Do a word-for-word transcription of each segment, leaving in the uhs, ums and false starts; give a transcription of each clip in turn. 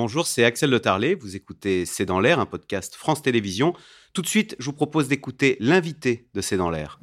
bonjour, c'est Axel Le Tarlet. Vous écoutez C'est dans l'air, un podcast France Télévisions. Tout de suite, je vous propose d'écouter l'invité de C'est dans l'air.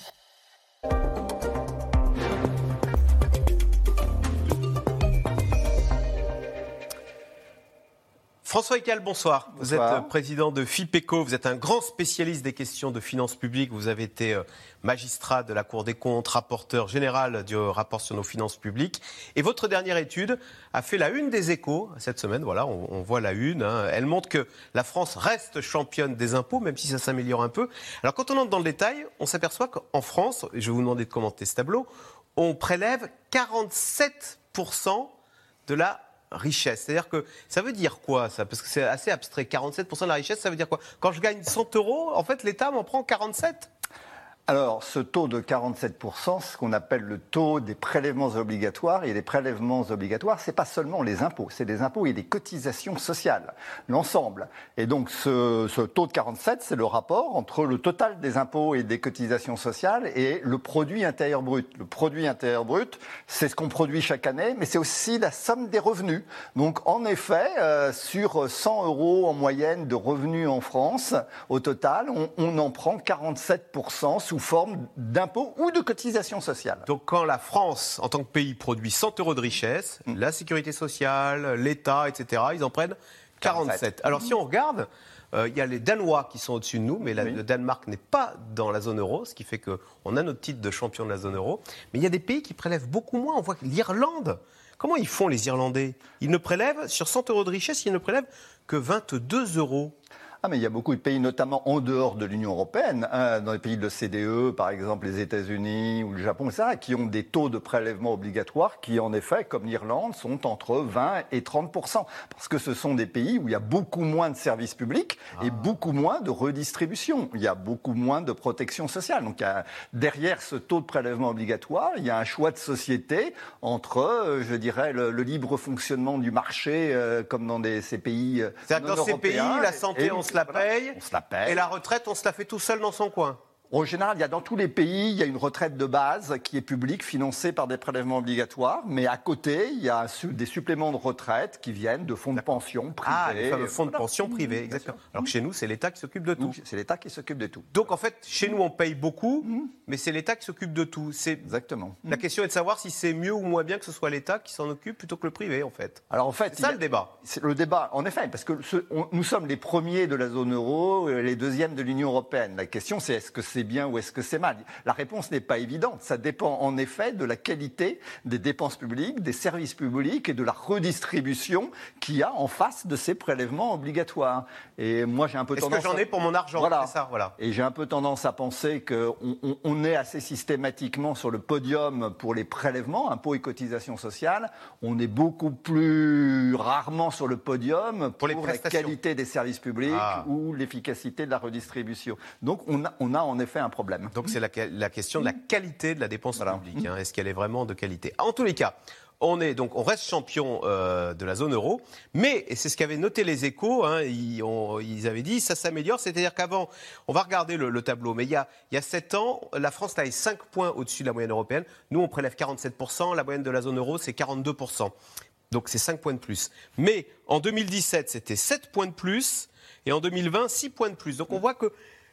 François Eckhall, bonsoir. Vous bonsoir. êtes président de FIPECO, vous êtes un grand spécialiste des questions de finances publiques. Vous avez été magistrat de la Cour des comptes, rapporteur général du rapport sur nos finances publiques. Et votre dernière étude a fait la une des Échos cette semaine. Voilà, on, on voit la une. Hein. Elle montre que la France reste championne des impôts, même si ça s'améliore un peu. Alors quand on entre dans le détail, on s'aperçoit qu'en France, et je vais vous demander de commenter ce tableau, on prélève quarante-sept pour cent de la richesse. C'est-à-dire que ça veut dire quoi ça ? Parce que c'est assez abstrait. quarante-sept pour cent de la richesse, ça veut dire quoi ? Quand je gagne cent euros, en fait, l'État m'en prend quarante-sept ? Alors, ce taux de quarante-sept pour cent, ce qu'on appelle le taux des prélèvements obligatoires, et les prélèvements obligatoires, c'est pas seulement les impôts, c'est des impôts et des cotisations sociales, l'ensemble. Et donc, ce, ce taux de quarante-sept, c'est le rapport entre le total des impôts et des cotisations sociales et le produit intérieur brut. Le produit intérieur brut, c'est ce qu'on produit chaque année, mais c'est aussi la somme des revenus. Donc, en effet, euh, sur cent euros en moyenne de revenus en France, au total, on, on en prend quarante-sept pour cent sous forme d'impôts ou de cotisations sociales. Donc quand la France, en tant que pays, produit cent euros de richesse, mmh. la sécurité sociale, l'État, et cetera, ils en prennent quarante-sept. Alors si on regarde, il euh, y a les Danois qui sont au-dessus de nous, mais la, oui. le Danemark n'est pas dans la zone euro, ce qui fait qu'on a notre titre de champion de la zone euro. Mais il y a des pays qui prélèvent beaucoup moins. On voit que l'Irlande, comment ils font les Irlandais ? Ils ne prélèvent, sur cent euros de richesse, ils ne prélèvent que vingt-deux euros. Ah, mais il y a beaucoup de pays, notamment en dehors de l'Union européenne, hein, dans les pays de l'O C D E, par exemple les États-Unis ou le Japon, et cetera, qui ont des taux de prélèvement obligatoires qui, en effet, comme l'Irlande, sont entre vingt et trente pour cent. Parce que ce sont des pays où il y a beaucoup moins de services publics ah. et beaucoup moins de redistribution. Il y a beaucoup moins de protection sociale. Donc, il y a, derrière ce taux de prélèvement obligatoire, il y a un choix de société entre, je dirais, le, le libre fonctionnement du marché, euh, comme dans des, ces pays euh, C'est-à-dire que dans ces pays, la santé, et, on se la paye, on se la paye. Et la retraite, on se la fait tout seul dans son coin. En général, il y a dans tous les pays, il y a une retraite de base qui est publique, financée par des prélèvements obligatoires. Mais à côté, il y a des suppléments de retraite qui viennent de fonds de pension privés. Ah, les fameux fonds de pension privés, exactement. Alors que chez nous, c'est l'État qui s'occupe de tout. Donc, c'est l'État qui s'occupe de tout. Donc en fait, chez nous, on paye beaucoup, mmh. mais c'est l'État qui s'occupe de tout. C'est... Exactement. La question est de savoir si c'est mieux ou moins bien que ce soit l'État qui s'en occupe plutôt que le privé, en fait. Alors en fait, c'est ça a... le débat. C'est le débat, en effet, parce que ce... on... nous sommes les premiers de la zone euro, les deuxièmes de l'Union européenne. La question, c'est est-ce que c'est bien ou est-ce que c'est mal ? La réponse n'est pas évidente. Ça dépend en effet de la qualité des dépenses publiques, des services publics et de la redistribution qu'il y a en face de ces prélèvements obligatoires. Et moi, j'ai un peu Est-ce tendance. Est-ce que j'en ai pour mon argent ? Voilà. C'est ça, voilà. Et j'ai un peu tendance à penser qu'on on, on est assez systématiquement sur le podium pour les prélèvements, impôts et cotisations sociales. On est beaucoup plus rarement sur le podium pour, pour la qualité des services publics ah. ou l'efficacité de la redistribution. Donc, on a, on a en effet un problème. Donc, c'est la, la question de la qualité de la dépense voilà. publique. Hein. Est-ce qu'elle est vraiment de qualité ? En tous les cas, on, est, donc, on reste champion euh, de la zone euro, mais, et c'est ce qu'avaient noté les Échos, hein, ils, on, ils avaient dit ça s'améliore, c'est-à-dire qu'avant, on va regarder le, le tableau, mais il y a, il y a sept ans, la France avait cinq points au-dessus de la moyenne européenne. Nous, on prélève quarante-sept pour cent, la moyenne de la zone euro, c'est quarante-deux pour cent. Donc, c'est cinq points de plus. Mais en deux mille dix-sept, c'était sept points de plus, et en deux mille vingt, six points de plus. Donc, on voit que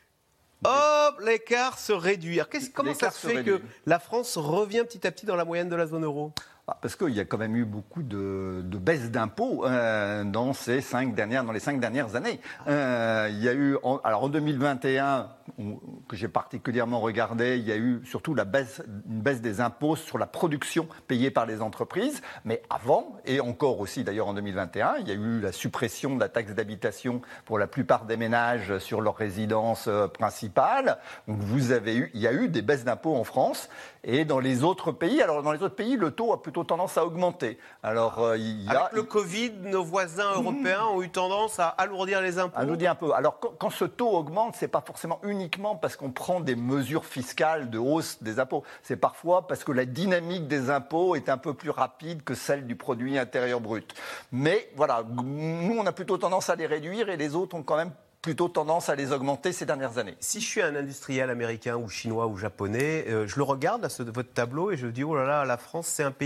hop, l'écart se réduit. Qu'est-ce, comment l'écart ça se fait réduit. Que la France revient petit à petit dans la moyenne de la zone euro ? Parce qu'il y a quand même eu beaucoup de, de baisses d'impôts euh, dans, ces cinq dernières, dans les cinq dernières années. Euh, il y a eu, en, alors en deux mille vingt et un, on, que j'ai particulièrement regardé, il y a eu surtout la baisse, une baisse des impôts sur la production payée par les entreprises. Mais avant, et encore aussi d'ailleurs en deux mille vingt et un, il y a eu la suppression de la taxe d'habitation pour la plupart des ménages sur leur résidence principale. Donc vous avez eu, il y a eu des baisses d'impôts en France. Et dans les autres pays, alors dans les autres pays, le taux a plutôt tendance à augmenter. Alors, euh, il y a... Avec le Covid, nos voisins européens mmh. ont eu tendance à alourdir les impôts. Alourdir un peu. Alors, quand, quand ce taux augmente, c'est pas forcément uniquement parce qu'on prend des mesures fiscales de hausse des impôts. C'est parfois parce que la dynamique des impôts est un peu plus rapide que celle du produit intérieur brut. Mais voilà, nous, on a plutôt tendance à les réduire et les autres ont quand même plutôt tendance à les augmenter ces dernières années. Si je suis un industriel américain ou chinois ou japonais, euh, je le regarde, là, ce, votre tableau, et je dis, oh là là, la France, c'est un pays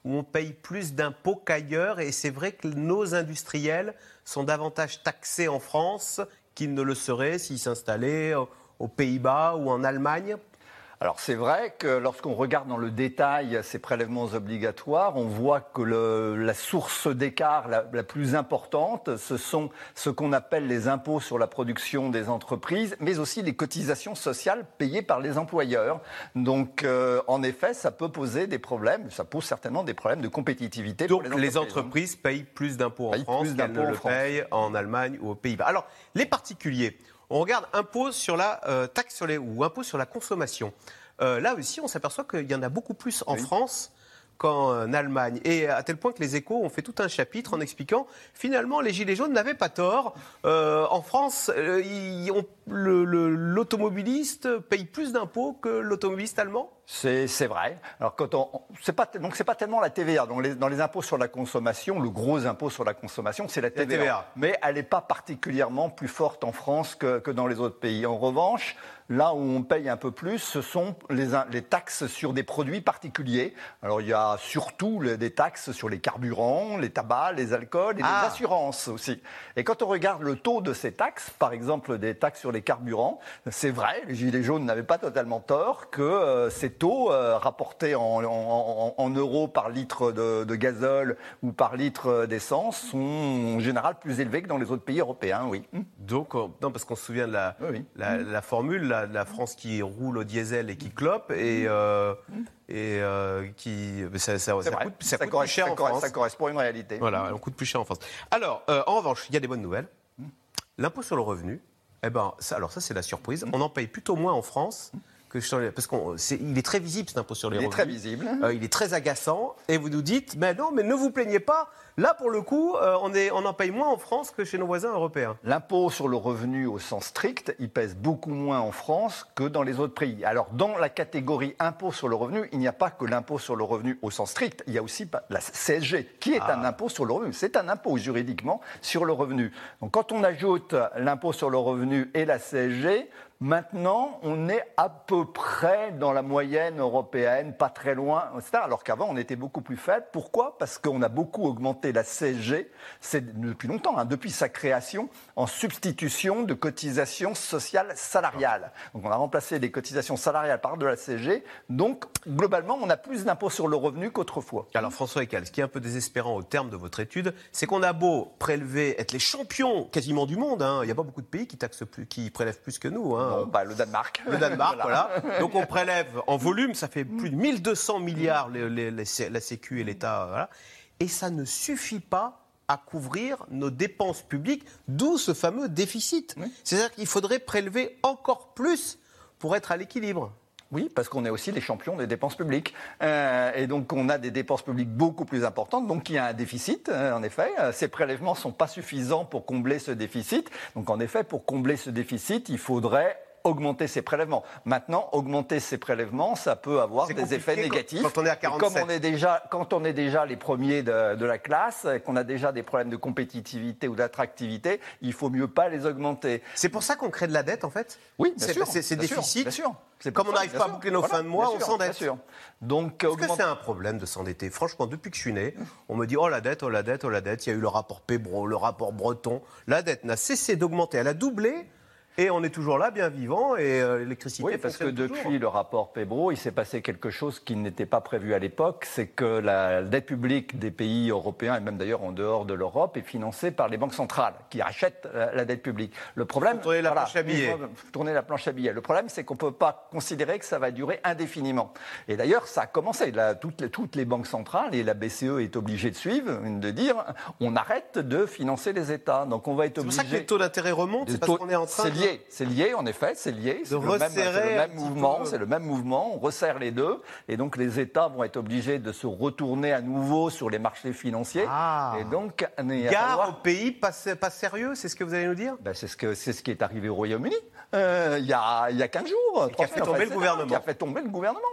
où on paye plus d'impôts qu'ailleurs. Et c'est vrai que nos industriels sont davantage taxés en France qu'ils ne le seraient s'ils s'installaient aux Pays-Bas ou en Allemagne. Alors c'est vrai que lorsqu'on regarde dans le détail ces prélèvements obligatoires, on voit que le, la source d'écart la, la plus importante, ce sont ce qu'on appelle les impôts sur la production des entreprises, mais aussi les cotisations sociales payées par les employeurs. Donc euh, en effet, ça peut poser des problèmes, ça pose certainement des problèmes de compétitivité. Donc pour les entreprises, entreprises, les entreprises payent plus d'impôts en France qu'elles ne le payent en Allemagne ou aux Pays-Bas. Alors les particuliers, on regarde impôt sur la euh, taxe sur les ou impôt sur la consommation. Euh, là aussi, on s'aperçoit qu'il y en a beaucoup plus en oui. France qu'en Allemagne. Et à tel point que les Échos ont fait tout un chapitre en expliquant, finalement, les Gilets jaunes n'avaient pas tort. Euh, en France, euh, ils ont, le, le, l'automobiliste paye plus d'impôts que l'automobiliste allemand. C'est, c'est vrai. Alors, quand on, c'est pas, donc, c'est pas tellement la T V A. Dans les, dans les impôts sur la consommation, le gros impôt sur la consommation, c'est la T V A. La T V A. Mais elle n'est pas particulièrement plus forte en France que, que dans les autres pays. En revanche, là où on paye un peu plus, ce sont les, les taxes sur des produits particuliers. Alors, il y a surtout les, des taxes sur les carburants, les tabacs, les alcools et ah. les assurances aussi. Et quand on regarde le taux de ces taxes, par exemple des taxes sur les carburants, c'est vrai, les Gilets jaunes n'avaient pas totalement tort que euh, ces taux euh, rapportés en, en, en euros par litre de, de gazole ou par litre d'essence sont en général plus élevés que dans les autres pays européens, oui. Donc, non, parce qu'on se souvient de la, oui. la, la formule, la, la France qui roule au diesel et qui clope, et, euh, et euh, qui... Ça, ça, ça coûte, ça ça coûte plus cher ça en France. Ça correspond à une réalité. Voilà, on coûte plus cher en France. Alors, euh, en revanche, il y a des bonnes nouvelles. L'impôt sur le revenu, eh ben, ça, alors ça c'est la surprise, on en paye plutôt moins en France. Que parce qu'il est très visible cet impôt sur les il revenus. Il est très visible. Euh, il est très agaçant. Et vous nous dites, mais non, mais ne vous plaignez pas. Là, pour le coup, euh, on, est, on en paye moins en France que chez nos voisins européens. L'impôt sur le revenu au sens strict, il pèse beaucoup moins en France que dans les autres pays. Alors, dans la catégorie impôt sur le revenu, il n'y a pas que l'impôt sur le revenu au sens strict. Il y a aussi la C S G, qui est ah. un impôt sur le revenu. C'est un impôt juridiquement sur le revenu. Donc, quand on ajoute l'impôt sur le revenu et la C S G, maintenant, on est à peu près dans la moyenne européenne, pas très loin, et cetera. Alors qu'avant, on était beaucoup plus faible. Pourquoi ? Parce qu'on a beaucoup augmenté la C S G, c'est depuis longtemps, hein, depuis sa création, en substitution de cotisations sociales salariales. Donc on a remplacé les cotisations salariales par de la C S G. Donc, globalement, on a plus d'impôts sur le revenu qu'autrefois. Alors François Eckel, ce qui est un peu désespérant au terme de votre étude, c'est qu'on a beau prélever, être les champions quasiment du monde, hein, il n'y a pas beaucoup de pays qui, taxent plus, qui prélèvent plus que nous. Hein. Bon, bah, le Danemark. Le Danemark, voilà. voilà. Donc on prélève en volume, ça fait plus de mille deux cents milliards les, les, les, la Sécu et l'État. Voilà. Et ça ne suffit pas à couvrir nos dépenses publiques, d'où ce fameux déficit. Oui. C'est-à-dire qu'il faudrait prélever encore plus pour être à l'équilibre. Oui, parce qu'on est aussi les champions des dépenses publiques. Euh, et donc, on a des dépenses publiques beaucoup plus importantes. Donc, il y a un déficit, euh, en effet. Euh, ces prélèvements ne sont pas suffisants pour combler ce déficit. Donc, en effet, pour combler ce déficit, il faudrait augmenter ces prélèvements. Maintenant, augmenter ces prélèvements, ça peut avoir c'est des effets négatifs. Quand on est à quarante-sept. Et comme on est déjà, quand on est déjà les premiers de, de la classe, qu'on a déjà des problèmes de compétitivité ou d'attractivité, il faut mieux pas les augmenter. C'est pour ça qu'on crée de la dette, en fait ? Oui, bien c'est, sûr. C'est, c'est bien déficit. Sûr, bien sûr. C'est Comme on n'arrive pas à boucler nos voilà, fins de mois, on sûr, s'endette. Bien sûr. Donc, Est-ce augmente... que c'est un problème de s'endetter ? Franchement, depuis que je suis né, on me dit oh la dette, oh la dette, oh la dette. Il y a eu le rapport Pébro, le rapport Breton. La dette n'a cessé d'augmenter. Elle a doublé. Et on est toujours là, bien vivant, et euh, l'électricité Oui, parce que toujours. depuis le rapport Pébro, il s'est passé quelque chose qui n'était pas prévu à l'époque, c'est que la dette publique des pays européens, et même d'ailleurs en dehors de l'Europe, est financée par les banques centrales, qui rachètent la, la dette publique. Le problème... Faut tourner la voilà, planche à billets. Tourner la planche à billets. Le problème, c'est qu'on ne peut pas considérer que ça va durer indéfiniment. Et d'ailleurs, ça a commencé. Là, toutes, les, toutes les banques centrales, et la B C E est obligée de suivre, de dire, on arrête de financer les États. Donc on va être obligé... C'est pour ça que les taux d'intérêt remontent, c'est parce taux, qu'on est en train c'est de... lié, c'est lié, en effet, c'est lié. C'est le même, c'est le même mouvement, peu... c'est le même mouvement. On resserre les deux, et donc les États vont être obligés de se retourner à nouveau sur les marchés financiers. Ah. Et donc, gare falloir... au pays pas, pas sérieux, c'est ce que vous allez nous dire ? Ben, c'est ce que c'est ce qui est arrivé au Royaume-Uni euh, il y a il y a quinze jours. Qui a fait tomber le gouvernement. Qui a fait tomber le gouvernement.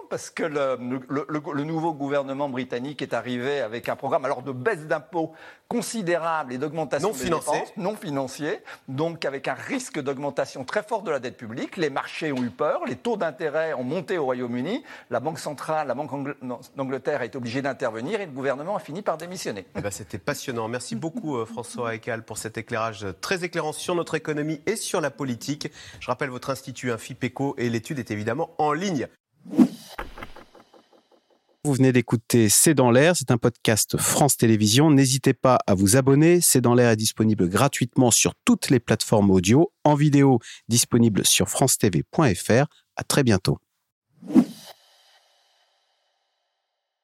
parce que le, le, le, le nouveau gouvernement britannique est arrivé avec un programme alors de baisse d'impôts considérable et d'augmentation non des financé. dépenses non financiers, donc avec un risque d'augmentation très fort de la dette publique. Les marchés ont eu peur, les taux d'intérêt ont monté au Royaume-Uni, la Banque centrale, la Banque d'Angleterre a été obligée d'intervenir et le gouvernement a fini par démissionner. Eh ben, c'était passionnant. Merci beaucoup euh, François Ekal pour cet éclairage très éclairant sur notre économie et sur la politique. Je rappelle votre institut, hein, FIPECO, et l'étude est évidemment en ligne. Vous venez d'écouter C'est dans l'air, c'est un podcast France Télévisions. N'hésitez pas à vous abonner. C'est dans l'air est disponible gratuitement sur toutes les plateformes audio, en vidéo disponible sur france t v point f r. À très bientôt.